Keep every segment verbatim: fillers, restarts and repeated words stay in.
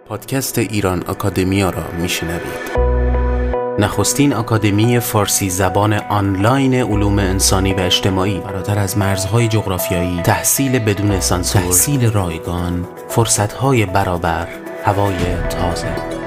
پادکست ایران آکادمیا را میشنوید. نخستین آکادمی فارسی زبان آنلاین علوم انسانی و اجتماعی، فراتر از مرزهای جغرافیایی، تحصیل بدون سانسور، تحصیل رایگان، فرصتهای برابر، هوای تازه.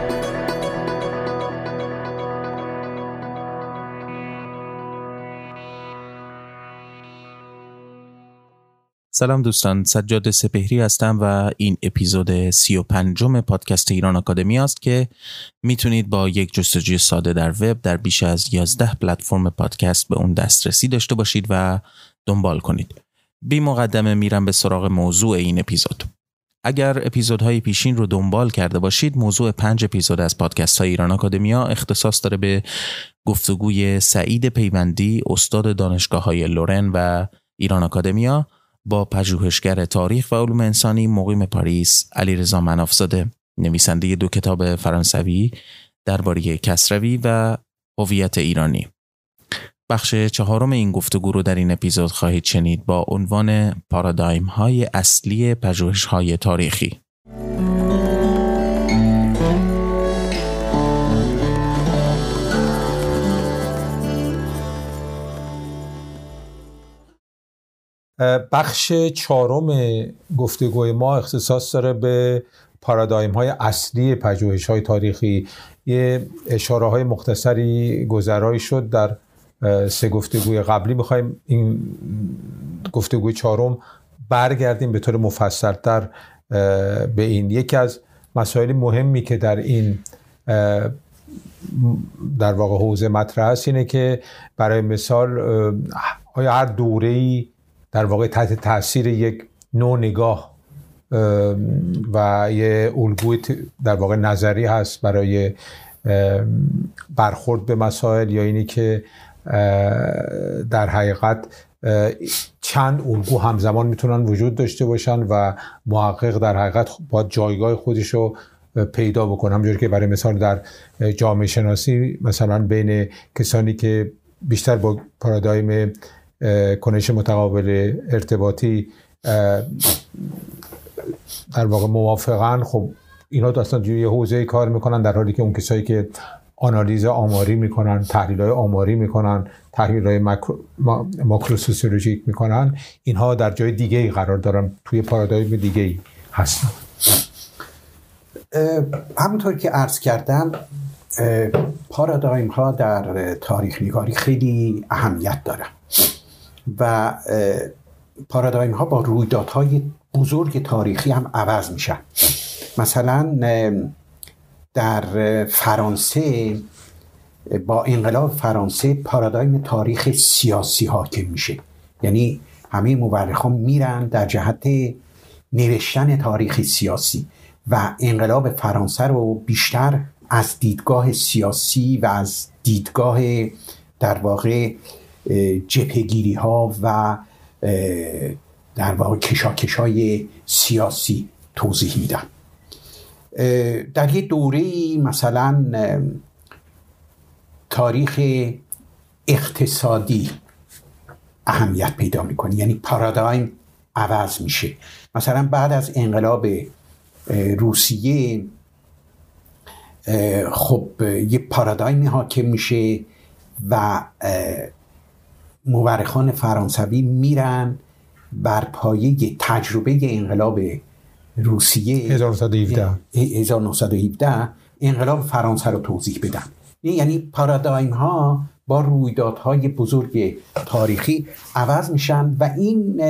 سلام دوستان، سجاد سپهری هستم و این اپیزود سی و پنجم پادکست ایران آکادمی است که میتونید با یک جستجوی ساده در وب در بیش از یازده پلتفرم پادکست به اون دسترسی داشته باشید و دنبال کنید. بی مقدمه میرم به سراغ موضوع این اپیزود. اگر اپیزودهای پیشین رو دنبال کرده باشید، موضوع پنج اپیزود از پادکست های ایران آکادمیا اختصاص داره به گفتگوی سعید پیوندی، استاد دانشگاه های لورن و ایران آکادمیا، با پژوهشگر تاریخ و علوم انسانی مقیم پاریس علیرضا مناف‌زاده، نویسنده دو کتاب فرانسوی درباره کسروی و هویت ایرانی. بخش چهارم این گفتگو رو در این اپیزود خواهید شنید با عنوان پارادایم های اصلی پژوهش های تاریخی. بخش چهارم گفتگوی ما اختصاص داره به پارادایم های اصلی پژوهش های تاریخی. یه اشاره های مختصری گذرایی شد در سه گفتگوی قبلی. میخوایم این گفتگوی چهارم برگردیم به طور مفصل‌تر به این. یکی از مسائل مهمی که در این در واقع حوزه مطرح است اینه که برای مثال آیا هر دوره‌ای در واقع تحت تاثیر یک نوع نگاه و یه الگوی در واقع نظری هست برای برخورد به مسائل، یا اینی که در حقیقت چند الگو همزمان میتونن وجود داشته باشن و محقق در حقیقت باید جایگاه خودش رو پیدا بکنه. همونجوری که برای مثال در جامعه شناسی مثلا بین کسانی که بیشتر با پارادایم کنش متقابل ارتباطی در واقع موافقن، خب اینا اصلا یه حوزه کار میکنن، در حالی که اون کسایی که آنالیز آماری میکنن، تحلیل‌های آماری میکنن، تحلیل‌های ماکرو ماکرو سوسیولوژیک میکنن، اینها در جای دیگه‌ای قرار دارن، توی پارادایم دیگه‌ای هستن. همونطور که عرض کردم، پارادایم ها در تاریخ نگاری خیلی اهمیت دارن و پارادایم ها با رویدادهای بزرگ تاریخی هم عوض میشن. مثلا در فرانسه با انقلاب فرانسه پارادایم تاریخ سیاسی حاکم میشه، یعنی همه مورخان میرن در جهت نوشتن تاریخ سیاسی و انقلاب فرانسه رو بیشتر از دیدگاه سیاسی و از دیدگاه در واقع جبهه‌گیری ها و در واقع کشاکش های سیاسی توضیح میدن. در یه دوره‌ای مثلا تاریخ اقتصادی اهمیت پیدا میکنه، یعنی پارادایم عوض میشه. مثلا بعد از انقلاب روسیه خب یه پارادایمی حاکم میشه و مورخان فرانسوی میرن بر پایه تجربه انقلاب روسیه هزار و نهصد و هفده هزار و نهصد و هفده انقلاب فرانسه رو توضیح بدن. یعنی پارادایم ها با رویدادهای بزرگ تاریخی عوض میشن و این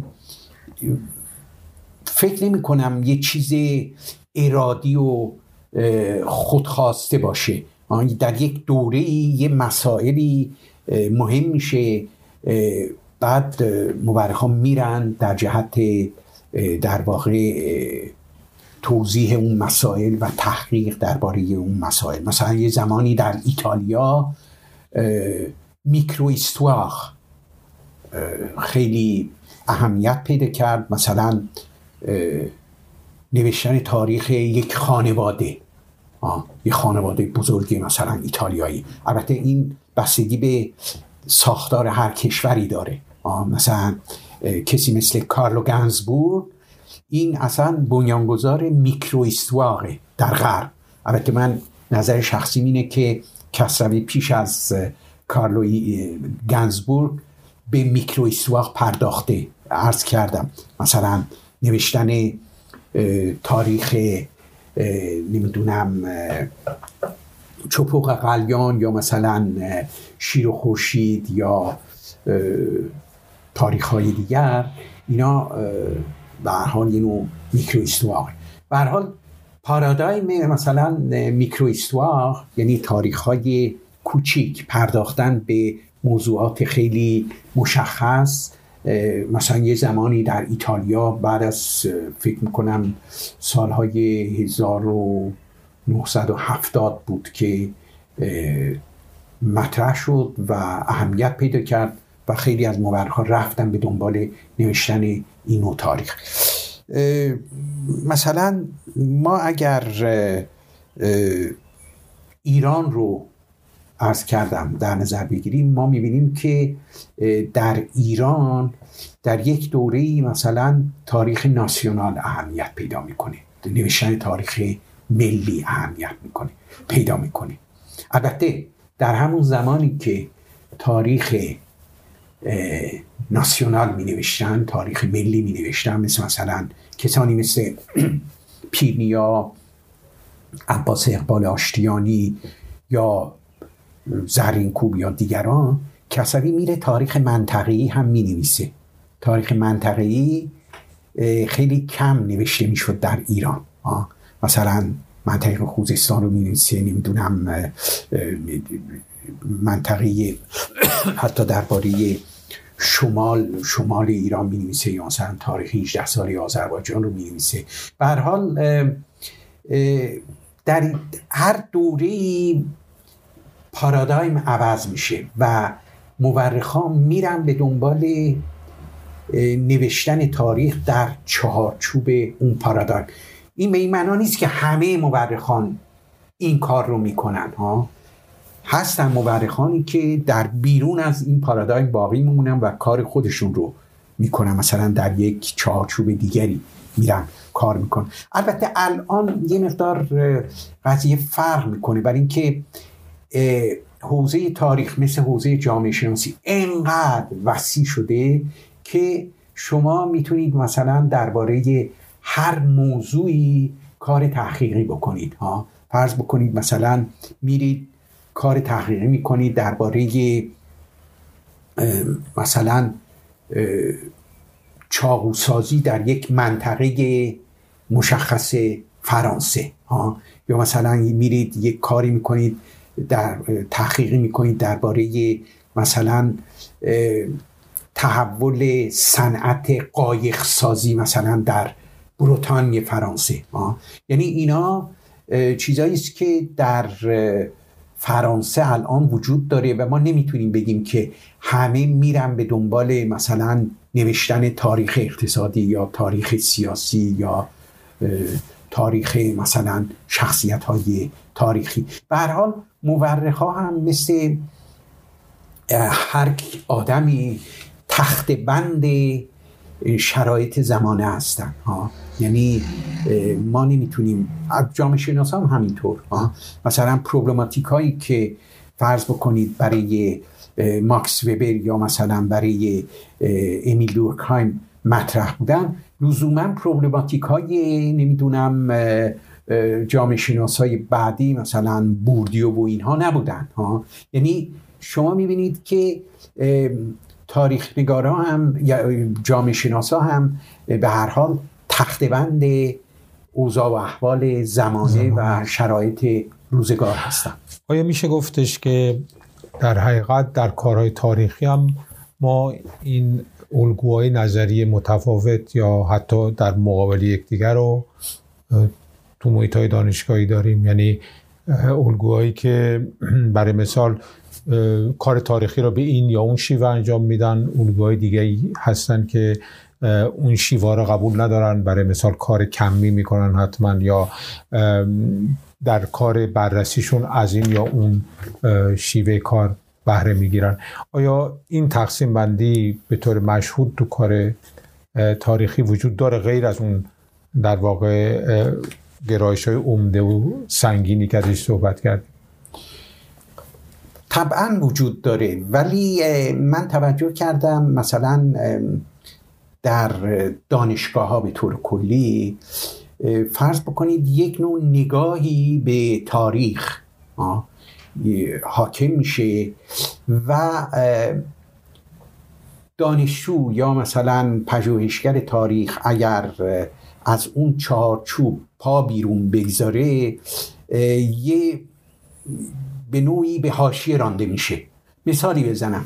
فکر نمی کنم یه چیز ارادی و خودخواسته باشه. در یک دوره‌ای یه مسائلی مهم میشه، بعد مورخان میرن در جهت در واقع توضیح اون مسائل و تحقیق درباره اون مسائل. مثلا یه زمانی در ایتالیا میکرو ایستوار خیلی اهمیت پیدا کرد، مثلا نوشتن تاریخ یک خانواده آه، یک خانواده بزرگی مثلا ایتالیایی. البته این بستگی به ساختار هر کشوری داره. آه، مثلا کسی مثل کارلو گنزبورگ این اصلا بنیانگذار میکروایستواغه در غرب. البته من نظر شخصی اینه که کسروی پیش از کارلوی گنزبورگ به میکروایستواغ پرداخته. عرض کردم مثلا نوشتن تاریخ نمیدونم چپوق قلیان یا مثلا شیر و خورشید یا تاریخ های دیگر، اینا به هر حال یه نوع میکروایستواغ. به هر حال پارادایم مثلا میکروایستواغ یعنی تاریخ های کوچیک، پرداختن به موضوعات خیلی مشخص. مثلا یه زمانی در ایتالیا بعد از فکر میکنم سالهای هزار و نهصد و هفتاد بود که مطرح شد و اهمیت پیدا کرد و خیلی از مورخان رفتن به دنبال نوشتن این نوع تاریخ. مثلا ما اگر ایران رو عرض کردم در نظر بگیریم، ما میبینیم که در ایران در یک دوره‌ای مثلا تاریخ ناسیونال اهمیت پیدا میکنه، نوشتن تاریخ ملی اهمیت میکنه پیدا میکنه. البته در همون زمانی که تاریخ ناسیونال می نوشتن، تاریخ ملی می نوشتن، مثل مثلا کسانی مثل پیرنیا، عباس اقبال آشتیانی یا زرینکوب یا دیگران، کسروی میره تاریخ منطقه‌ای هم می نویسه. تاریخ منطقه‌ای خیلی کم نوشته می شد در ایران. آه. مثلا منطقه خوزستان رو می نویسه، نمیدونم منطقه حتی درباره شمال شمال ایران می نویسه، یا مثلا تاریخ هجده ساله آذربایجان رو می نویسه. به هر حال در هر دوره‌ای پارادایم عوض میشه و مورخان میرن به دنبال نوشتن تاریخ در چهارچوب اون پارادایم. این به این معنا نیست که همه مورخان این کار رو میکنن ها. هستن مورخانی که در بیرون از این پارادایم باقی میمونن و کار خودشون رو میکنن، مثلا در یک چهارچوب دیگری میرن کار میکنن. البته الان یه مقدار قضیه فرق میکنه، برای اینکه حوزه تاریخ مثل حوزه جامعه شناسی انقدر وسیع شده که شما میتونید مثلا درباره هر موضوعی کار تحقیقی بکنید ها. فرض بکنید مثلا میرید کار تحقیقی میکنید درباره مثلا چاقوسازی در یک منطقه مشخص فرانسه ها، یا مثلا میرید یک کاری میکنید در تحقیقی میکنید درباره مثلا تحول صنعت قایق سازی مثلا در بروتانیه فرانسه ها. یعنی اینا چیزایی است که در فرانسه الان وجود داره و ما نمیتونیم بگیم که همه میرن به دنبال مثلا نوشتن تاریخ اقتصادی یا تاریخ سیاسی یا تاریخ مثلا شخصیت های تاریخی. به هر حال مورخا هم مثل هر آدمی تخت بند شرایط زمانه هستن ها. یعنی ما نمیتونیم، جامعه شناسا هم همینطور ها. مثلا پروبلماتیک هایی که فرض بکنید برای ماکس وبر یا مثلا برای امیل دورکهایم مطرح بودن، لزوما پروبلماتیک های نمیدونم جامعه شناسای بعدی مثلا بوردیو و اینها نبودن ها. یعنی شما میبینید که تاریخ نگارا هم یا جامعه شناسا هم به هر حال تخته‌بند اوضاع و احوال زمانه و شرایط روزگار هستن. آیا میشه گفتش که در حقیقت در کارهای تاریخی هم ما این الگوهای نظری متفاوت یا حتی در مقابل یکدیگر رو تو محیط‌های دانشگاهی داریم؟ یعنی الگوهایی که برای مثال کار تاریخی رو به این یا اون شیوه انجام میدن، الگوهای دیگه هستن که اون شیوه رو قبول ندارن، برای مثال کار کمی میکنن حتما، یا در کار بررسیشون از این یا اون شیوه کار بهره میگیرن. آیا این تقسیم بندی به طور مشهود تو کار تاریخی وجود داره غیر از اون در واقع گرایش‌های عمده و سنگینی که ازش صحبت کردیم؟ طبعا وجود داره، ولی من توجه کردم مثلا در دانشگاه ها به طور کلی فرض بکنید یک نوع نگاهی به تاریخ حاکم میشه و دانشجو یا مثلا پژوهشگر تاریخ اگر از اون چارچوب پا بیرون بگذاره یه به نوعی به حاشیه رانده میشه. مثالی بزنم،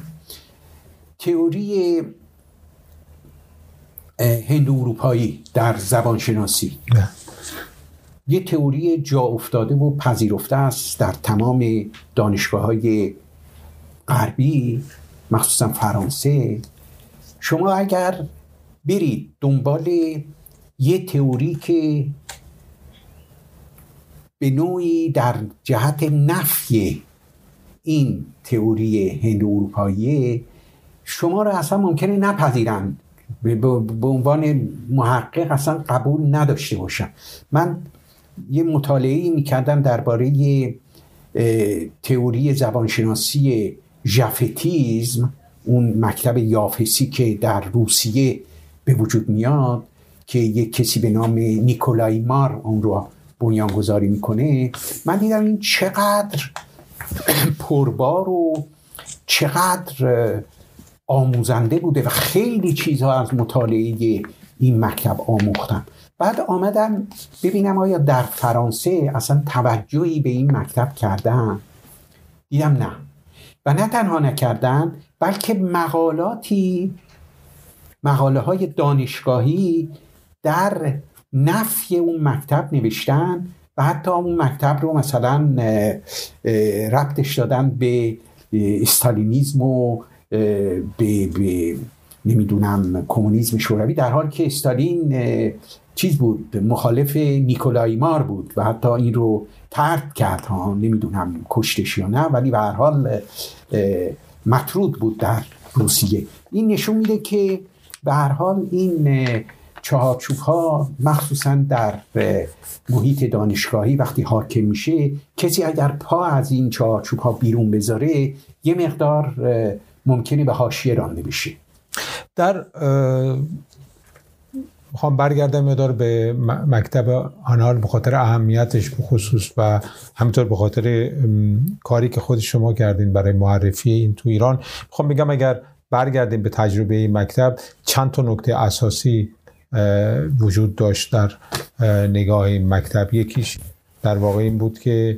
تئوری هندو اروپایی در زبانشناسی نه. یه تئوری جا افتاده و پذیرفته است در تمام دانشگاه‌های غربی، مخصوصا فرانسه. شما اگر برید دنبال یه تئوری که به نوعی در جهت نفی این تئوری هندو اروپایی، شما را اصلا ممکنه نپذیرند، به عنوان محقق اصلا قبول نداشته باشن. من یه مطالعه‌ای می‌کردم درباره تئوری زبانشناسی ژافتیسم، اون مکتب یافسی که در روسیه به وجود میاد که یک کسی به نام نیکولای مار اون رو بنیانگذاری میکنه. من دیدم این چقدر پربار و چقدر آموزنده بوده و خیلی چیزها از مطالعه این مکتب آموختم. بعد آمدم ببینم آیا در فرانسه اصلا توجهی به این مکتب کردن، دیدم نه. و نه تنها نکردن، بلکه مقالاتی مقاله های دانشگاهی در نفی اون مکتب نوشتن و حتی اون مکتب رو مثلا ربطش دادن به استالینیسم و به, به نمیدونم کمونیسم شوروی، در حالی که استالین چیز بود، مخالف نیکولای مار بود و حتی این رو طرد کرد ها، نمیدونم کشتش یا نه، ولی به هر حال مطرود بود در روسیه. این نشون میده که به هر حال این چهارچوب ها مخصوصا در محیط دانشگاهی وقتی حاکم میشه، کسی اگر پا از این چهارچوب ها بیرون بذاره یه مقدار ممکنه به حاشیه رانده بشه. در میخوام برگردم مقدار به مکتب آنال به خاطر اهمیتش به خصوص و همینطور به خاطر کاری که خود شما کردین برای معرفی این تو ایران. میخوام بگم اگر برگردیم به تجربه این مکتب، چند تا نکته اساسی وجود داشت در نگاه این مکتب. یکیش در واقع این بود که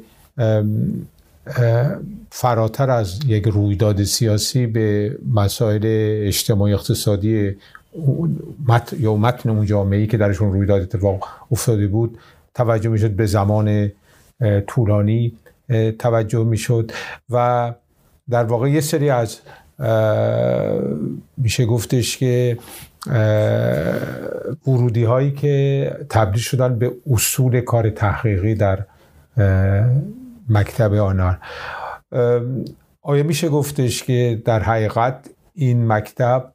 فراتر از یک رویداد سیاسی به مسائل اجتماعی اقتصادی مت یا متن اون جامعه‌ای که درشون رویداد اتفاق افتاده بود توجه میشد، به زمان طولانی توجه میشد و در واقع یه سری از میشه گفتش که ورودی هایی که تبدیل شدن به اصول کار تحقیقی در مکتب آنال. آیا میشه گفتش که در حقیقت این مکتب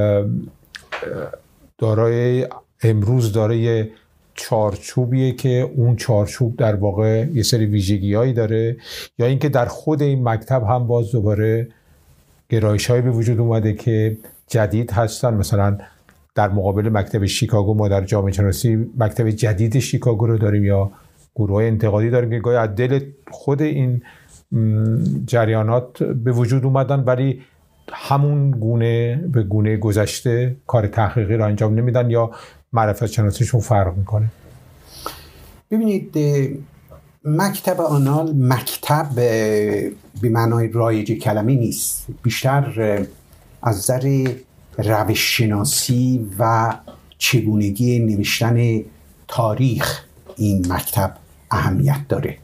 دارای امروز دارای چارچوبیه که اون چارچوب در واقع یه سری ویژگی‌هایی داره، یا اینکه در خود این مکتب هم باز دوباره گرایش‌هایی به وجود اومده که جدید هستن؟ مثلا در مقابل مکتب شیکاگو ما در جامعه شناسی مکتب جدید شیکاگو رو داریم، یا گروه‌های انتقادی داریم که گاهی از دل خود این جریانات به وجود اومدن ولی همون گونه به گونه گذشته کار تحقیقی رو انجام نمیدن یا معرفت شناسیشون فرق میکنه. ببینید مکتب آنال مکتب به معنای رایج کلمه نیست، بیشتر از نظر روش شناسی و چگونگی نوشتن تاریخ این مکتب اهمیت داره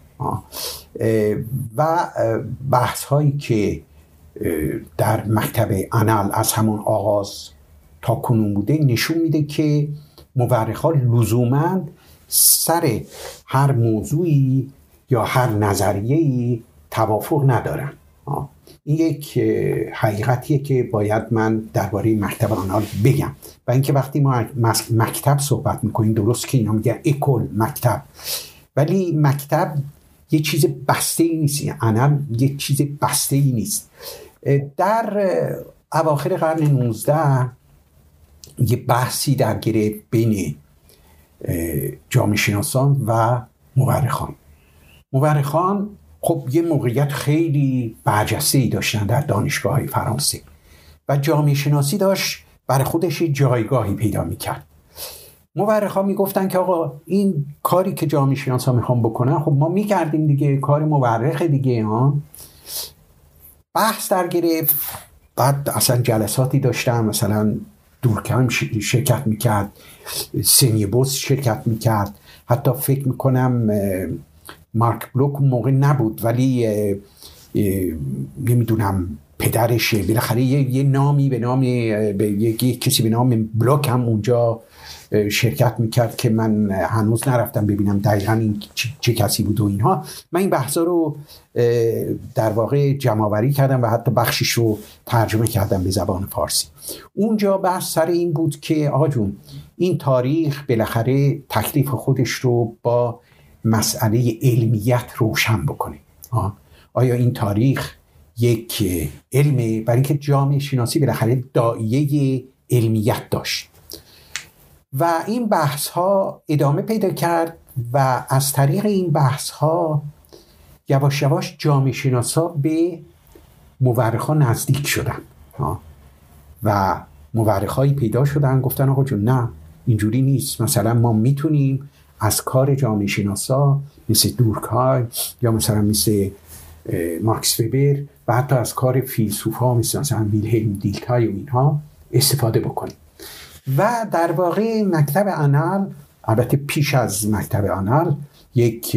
و بحث هایی که در مکتب آنال از همون آغاز تا کنون بوده نشون میده که مورخان لزوماً سر هر موضوعی یا هر نظریه‌ای توافق ندارن. این یک حقیقتیه که باید من درباره مکتب آنال بگم. و اینکه وقتی ما مکتب صحبت میکنیم، درست که اینا میگن اکول مکتب، ولی مکتب یه چیز بسته ای نیست. آنال یه چیز بسته ای نیست. در اواخر قرن نوزده یه بحثی در گره بین جامعه شناسان و مورخان. مورخان خب یه موقعیت خیلی برجسته‌ای داشتن در دانشگاه‌های فرانسه و جامعه شناسی داشت برای خودش جایگاهی پیدا می‌کرد. مورخان میگفتن که آقا این کاری که جامعه شناسا میخوان بکنن خب ما میکردیم دیگه، کار مورخ دیگه ها. بحث در گرفت. بعد اصلا جلساتی داشتن، مثلا دورکهایم شرکت میکرد، سنیبوس شرکت میکرد، حتی فکر میکنم مارک بلوک موقع نبود ولی نمیدونم پدرشه، بالاخره یه،, یه نامی به نام به یه کسی به نام بلوک هم اونجا شرکت میکرد که من هنوز نرفتم ببینم دقیقا این چه, چه کسی بود و اینها. من این بحثا رو در واقع جمع‌آوری کردم و حتی بخشش رو ترجمه کردم به زبان فارسی. اونجا بحث سر این بود که آقا جون این تاریخ بالاخره تکلیف خودش رو با مسئله علمیت روشن بکنه. آیا این تاریخ یک علمه؟ برای اینکه جامعه شناسی بالاخره داعیه علمیت داشت و این بحث ها ادامه پیدا کرد و از طریق این بحث ها یواش یواش جامعه شناسا به مورخان نزدیک شدن و مورخایی پیدا شدن گفتن آقا جون نه اینجوری نیست، مثلا ما میتونیم از کار جامعه شناسا مثل دورکهایم یا مثلا مثل ماکس وبر و حتی از کار فیلسوفا مثل مثلا ویلهلم دیلتای و اینها استفاده بکنیم. و در واقع مکتب آنال، البته پیش از مکتب آنال، یک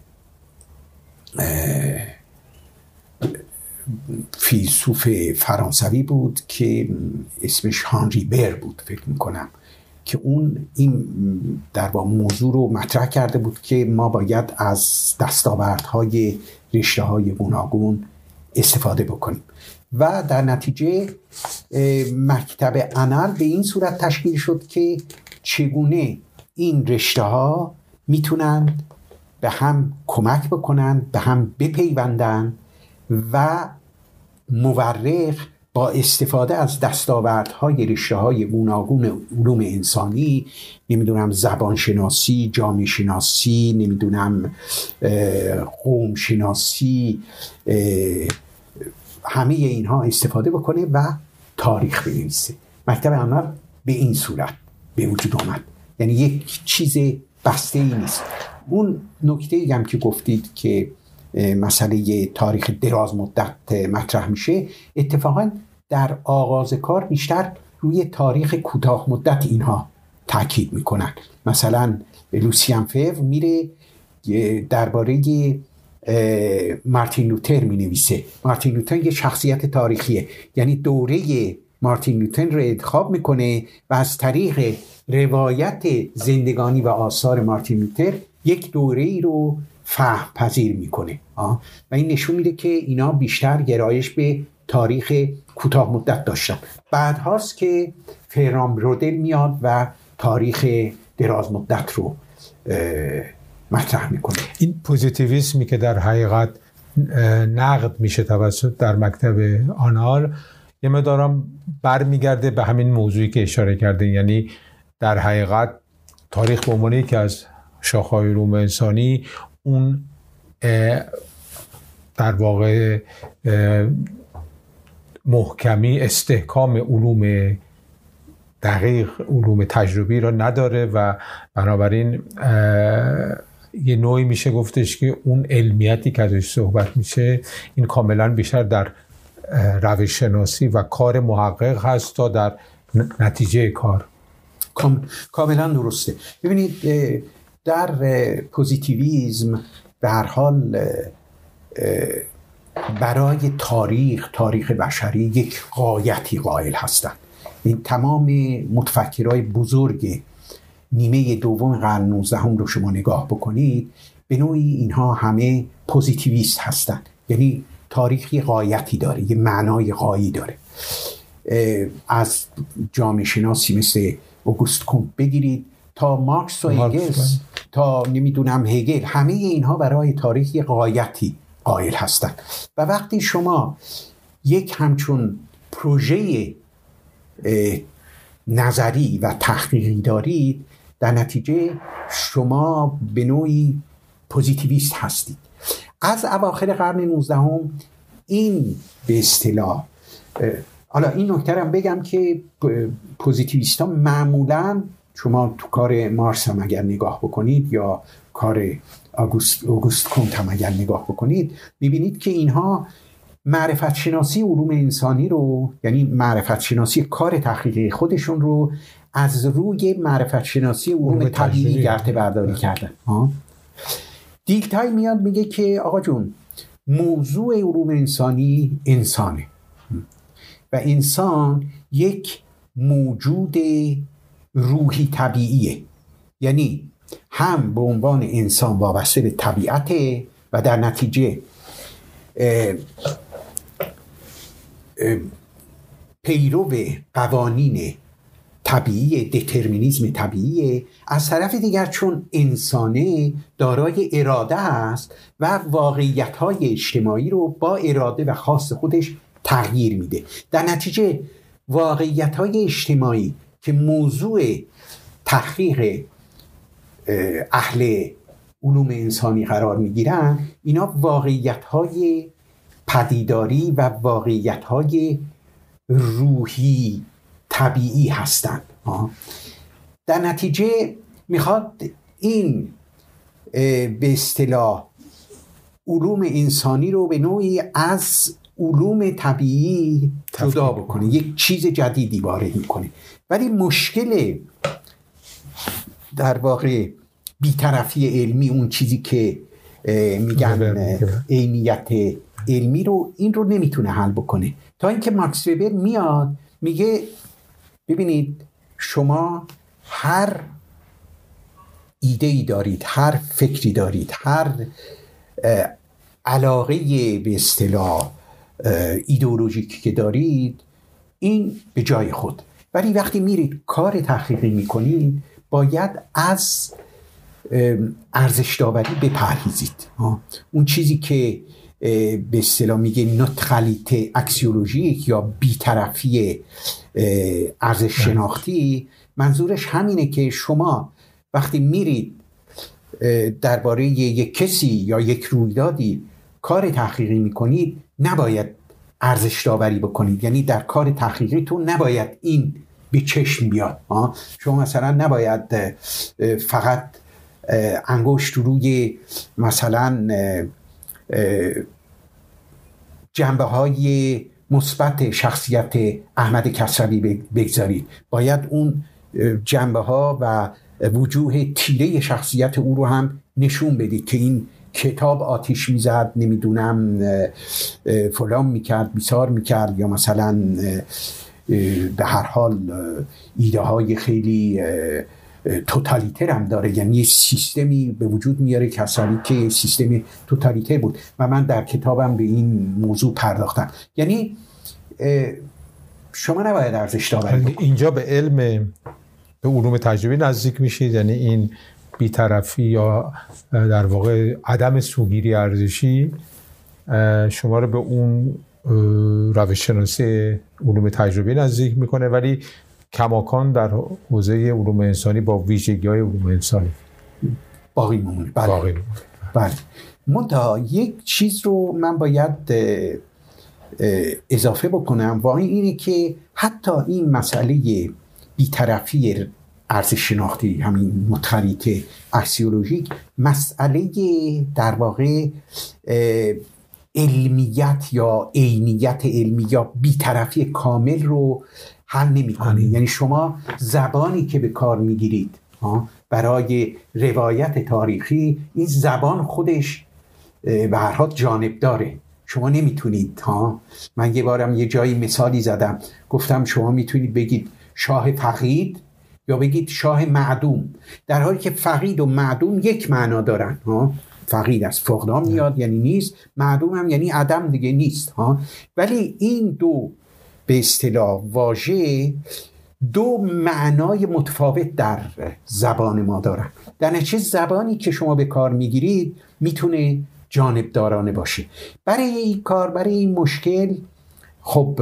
فیلسوف فرانسوی بود که اسمش هانری بر بود فکر میکنم، که اون این در واقع موضوع رو مطرح کرده بود که ما باید از دستاوردهای رشته‌های گوناگون استفاده بکنیم و در نتیجه مکتب آنال به این صورت تشکیل شد که چگونه این رشته ها میتونن به هم کمک بکنن، به هم بپیوندن و مورخ با استفاده از دستاوردهای رشته‌های گوناگون علوم انسانی، نمیدونم زبان شناسی، جامعه شناسی، نمیدونم قوم شناسی، همه اینها استفاده بکنه و تاریخ بنویسه. مکتب آنال به این صورت به وجود آمد، یعنی یک چیز بسته ای نیست. اون نکته ای هم که گفتید که مسئله تاریخ دراز مدت مطرح میشه، اتفاقا در آغاز کار بیشتر روی تاریخ کوتاه مدت اینها تاکید میکنن. مثلا لوسیان فور میره درباره مارتین لوتر می نویسه. مارتین لوتر یه شخصیت تاریخیه، یعنی دوره مارتین لوتر رو انتخاب میکنه و از طریق روایت زندگانی و آثار مارتین لوتر یک دوره ای رو فهم پذیر میکنه آه. و این نشون میده که اینا بیشتر گرایش به تاریخ کوتاه مدت داشتن. بعد هاست که فرام رودل میاد و تاریخ دراز مدت رو مطرح میکنه. این پوزیتیویسمی که در حقیقت نقد میشه توسط در مکتب آنال یه مقدارم برمیگرده به همین موضوعی که اشاره کردین، یعنی در حقیقت تاریخ به عنوان یکی از شاخه‌های علوم انسانی اون در واقع محکمی استحکام علوم دقیق، علوم تجربی را نداره و بنابراین یه نوعی میشه گفتش که اون علمیتی که ازش صحبت میشه این کاملا بیشتر در روش شناسی و کار محقق هست تا در نتیجه کار. کاملا درسته. ببینید در پوزیتیویسم به هر حال برای تاریخ تاریخ بشری یک غایتی قائل هستند. این تمام متفکرای بزرگ نیمه دوم قرن نوزدهم رو شما نگاه بکنید، به نوعی اینها همه پوزیتیویست هستند. یعنی تاریخ یه غایتی داره، یه معنای غایی داره. از جامعه شناسی مثل اوگوست کونت بگیرید تا مارکس و انگلس تا نمیدونم هگل، همه اینها برای تاریخ یه غایتی قائل هستند. و وقتی شما یک همچون پروژه نظری و تحقیقی دارید، در نتیجه شما به نوعی پوزیتیویست هستید. از اواخر قرن نوزدهم این به اصطلاح، حالا این نکته هم بگم که پوزیتیویست ها معمولا، شما تو کار مارکس هم اگر نگاه بکنید یا کار آگوست اوگوست کونت هم اگر نگاه بکنید، میبینید که اینها معرفت شناسی علوم انسانی رو، یعنی معرفت شناسی کار تحقیقی خودشون رو از روی معرفت شناسی علوم طبیعی گرته برداری کردن. ها دیلتای میاد میگه که آقا جون، موضوع علوم انسانی انسانه و انسان یک موجود روحی طبیعیه، یعنی هم به عنوان انسان وابسته به طبیعته و در نتیجه اه اه پیرو قوانین طبیعی، دترمینیسم طبیعی. از طرف دیگر چون انسانه دارای اراده است و واقعیت‌های اجتماعی رو با اراده و خواست خودش تغییر میده. در نتیجه واقعیت‌های اجتماعی که موضوع تحقیق اهل علوم انسانی قرار میگیرن، اینا واقعیت‌های پدیداری و واقعیت‌های روحی طبیعی هستند. در نتیجه میخواد این به اصطلاح علوم انسانی رو به نوعی از علوم طبیعی جدا بکنه، یک چیز جدیدی وارد میکنه. ولی مشکل در واقع بی‌طرفی علمی، اون چیزی که میگن عینیت علمی رو، این رو نمیتونه حل بکنه. تا اینکه ماکس وبر میاد میگه ببینید، شما هر ایده‌ای دارید، هر فکری دارید، هر علاقه به اصطلاح ایدئولوژیکی که دارید، این به جای خود، ولی وقتی میرید کار تحقیقی میکنید باید از ارزش داوری بپرهیزید. اون چیزی که به اصطلاح میگه نوترالیته اکسیولوژیک یا بی‌طرفی ارزش شناختی، منظورش همینه که شما وقتی میرید درباره یک کسی یا یک رویدادی کار تحقیقی میکنید، نباید ارزش داوری بکنید. یعنی در کار تحقیقیتون نباید این به چشم بیاد. شما مثلا نباید فقط انگشت روی مثلا جنبه های مثبت شخصیت احمد کسروی بگذارید، باید اون جنبه ها و وجوه تیره شخصیت او رو هم نشون بدید که این کتاب آتیش میزد، نمیدونم فلان میکرد، بیسار میکرد، یا مثلا به هر حال ایده های خیلی توتالیتر هم داره، یعنی سیستمی به وجود میاره کسانی که سیستم توتالیتر بود و من در کتابم به این موضوع پرداختم. یعنی شما نباید ارزش داوری بکنید. اینجا به علم، به علوم تجربی نزدیک میشید، یعنی این بی‌طرفی یا در واقع عدم سوگیری ارزشی شما رو به اون روش شناسی علوم تجربی نزدیک میکنه، ولی کماکان در حوزه علوم انسانی با ویژگی‌های علوم انسانی باقی میمونه. بله. باقی میمونه. بله. منتها یک چیز رو من باید اضافه بکنم و اینه که حتی این مسئله بی‌طرفی ارزش شناختی، همین نوترالیته اکسیولوژیک، مسئله در واقع علمیت یا عینیت علمی یا بی‌طرفی کامل رو حل نمی‌کنه. یعنی شما زبانی که به کار میگیرید برای روایت تاریخی، این زبان خودش به هر حال جانب داره. شما نمیتونید ها من یه بارم یه جایی مثالی زدم، گفتم شما میتونید بگید شاه فقید یا بگید شاه معدوم، در حالی که فقید و معدوم یک معنا دارن ها. فقیر از فقدان میاد یعنی نیست، معدوم هم یعنی عدم دیگه نیست ها. ولی این دو به اصطلاح واژه دو معنای متفاوت در زبان ما دارن. در نتیجه زبانی که شما به کار میگیرید میتونه جانبدارانه باشه. برای این کار، برای این مشکل، خب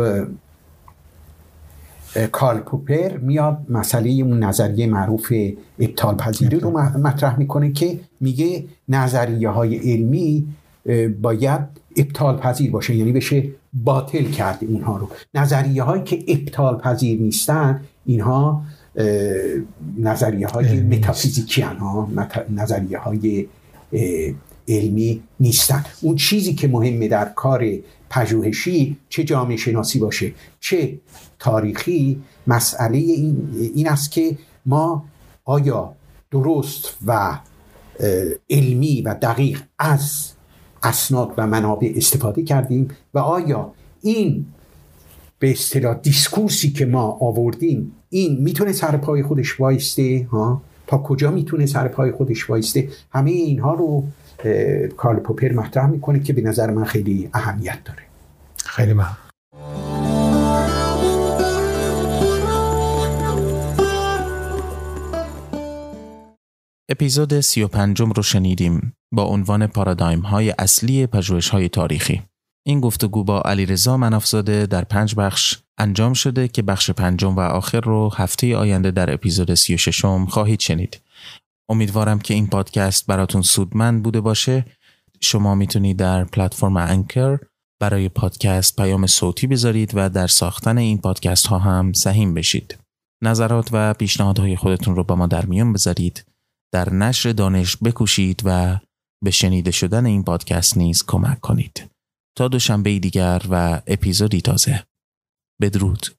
کارل پوپر میاد مسئله اون نظریه معروف ابطال پذیری رو مطرح میکنه که میگه نظریه های علمی باید ابطال پذیر باشه، یعنی بشه باطل کرد اونها رو. نظریه هایی که ابطال پذیر نیستن اینها نظریه های متافیزیکی ها، نظریه های علمی نیستن. اون چیزی که مهمه در کار پژوهشی، چه جامعه شناسی باشه چه تاریخی، مسئله این, این است که ما آیا درست و علمی و دقیق از اسناد و منابع استفاده کردیم و آیا این به اصطلاح دیسکورسی که ما آوردیم این میتونه سر پای خودش وایسته ها؟ تا کجا میتونه سر پای خودش وایسته؟ همه اینها رو کارل پوپر مطرح میکنه که به نظر من خیلی اهمیت داره. خیلی ممنون. اپیزود سی و پنجم رو شنیدیم با عنوان پارادایم های اصلی پژوهش های تاریخی. این گفتگو با علیرضا منافزاده در پنج بخش انجام شده که بخش پنجم و آخر رو هفته آینده در اپیزود سی و ششم خواهید شنید. امیدوارم که این پادکست براتون سودمند بوده باشه. شما میتونید در پلتفرم انکر برای پادکست پیام صوتی بذارید و در ساختن این پادکست ها هم سهیم بشید. نظرات و پیشنهادهای خودتون رو با ما در میون بذارید. در نشر دانش بکوشید و به شنیده شدن این پادکست نیز کمک کنید. تا دوشنبه دیگر و اپیزودی تازه. بدرود.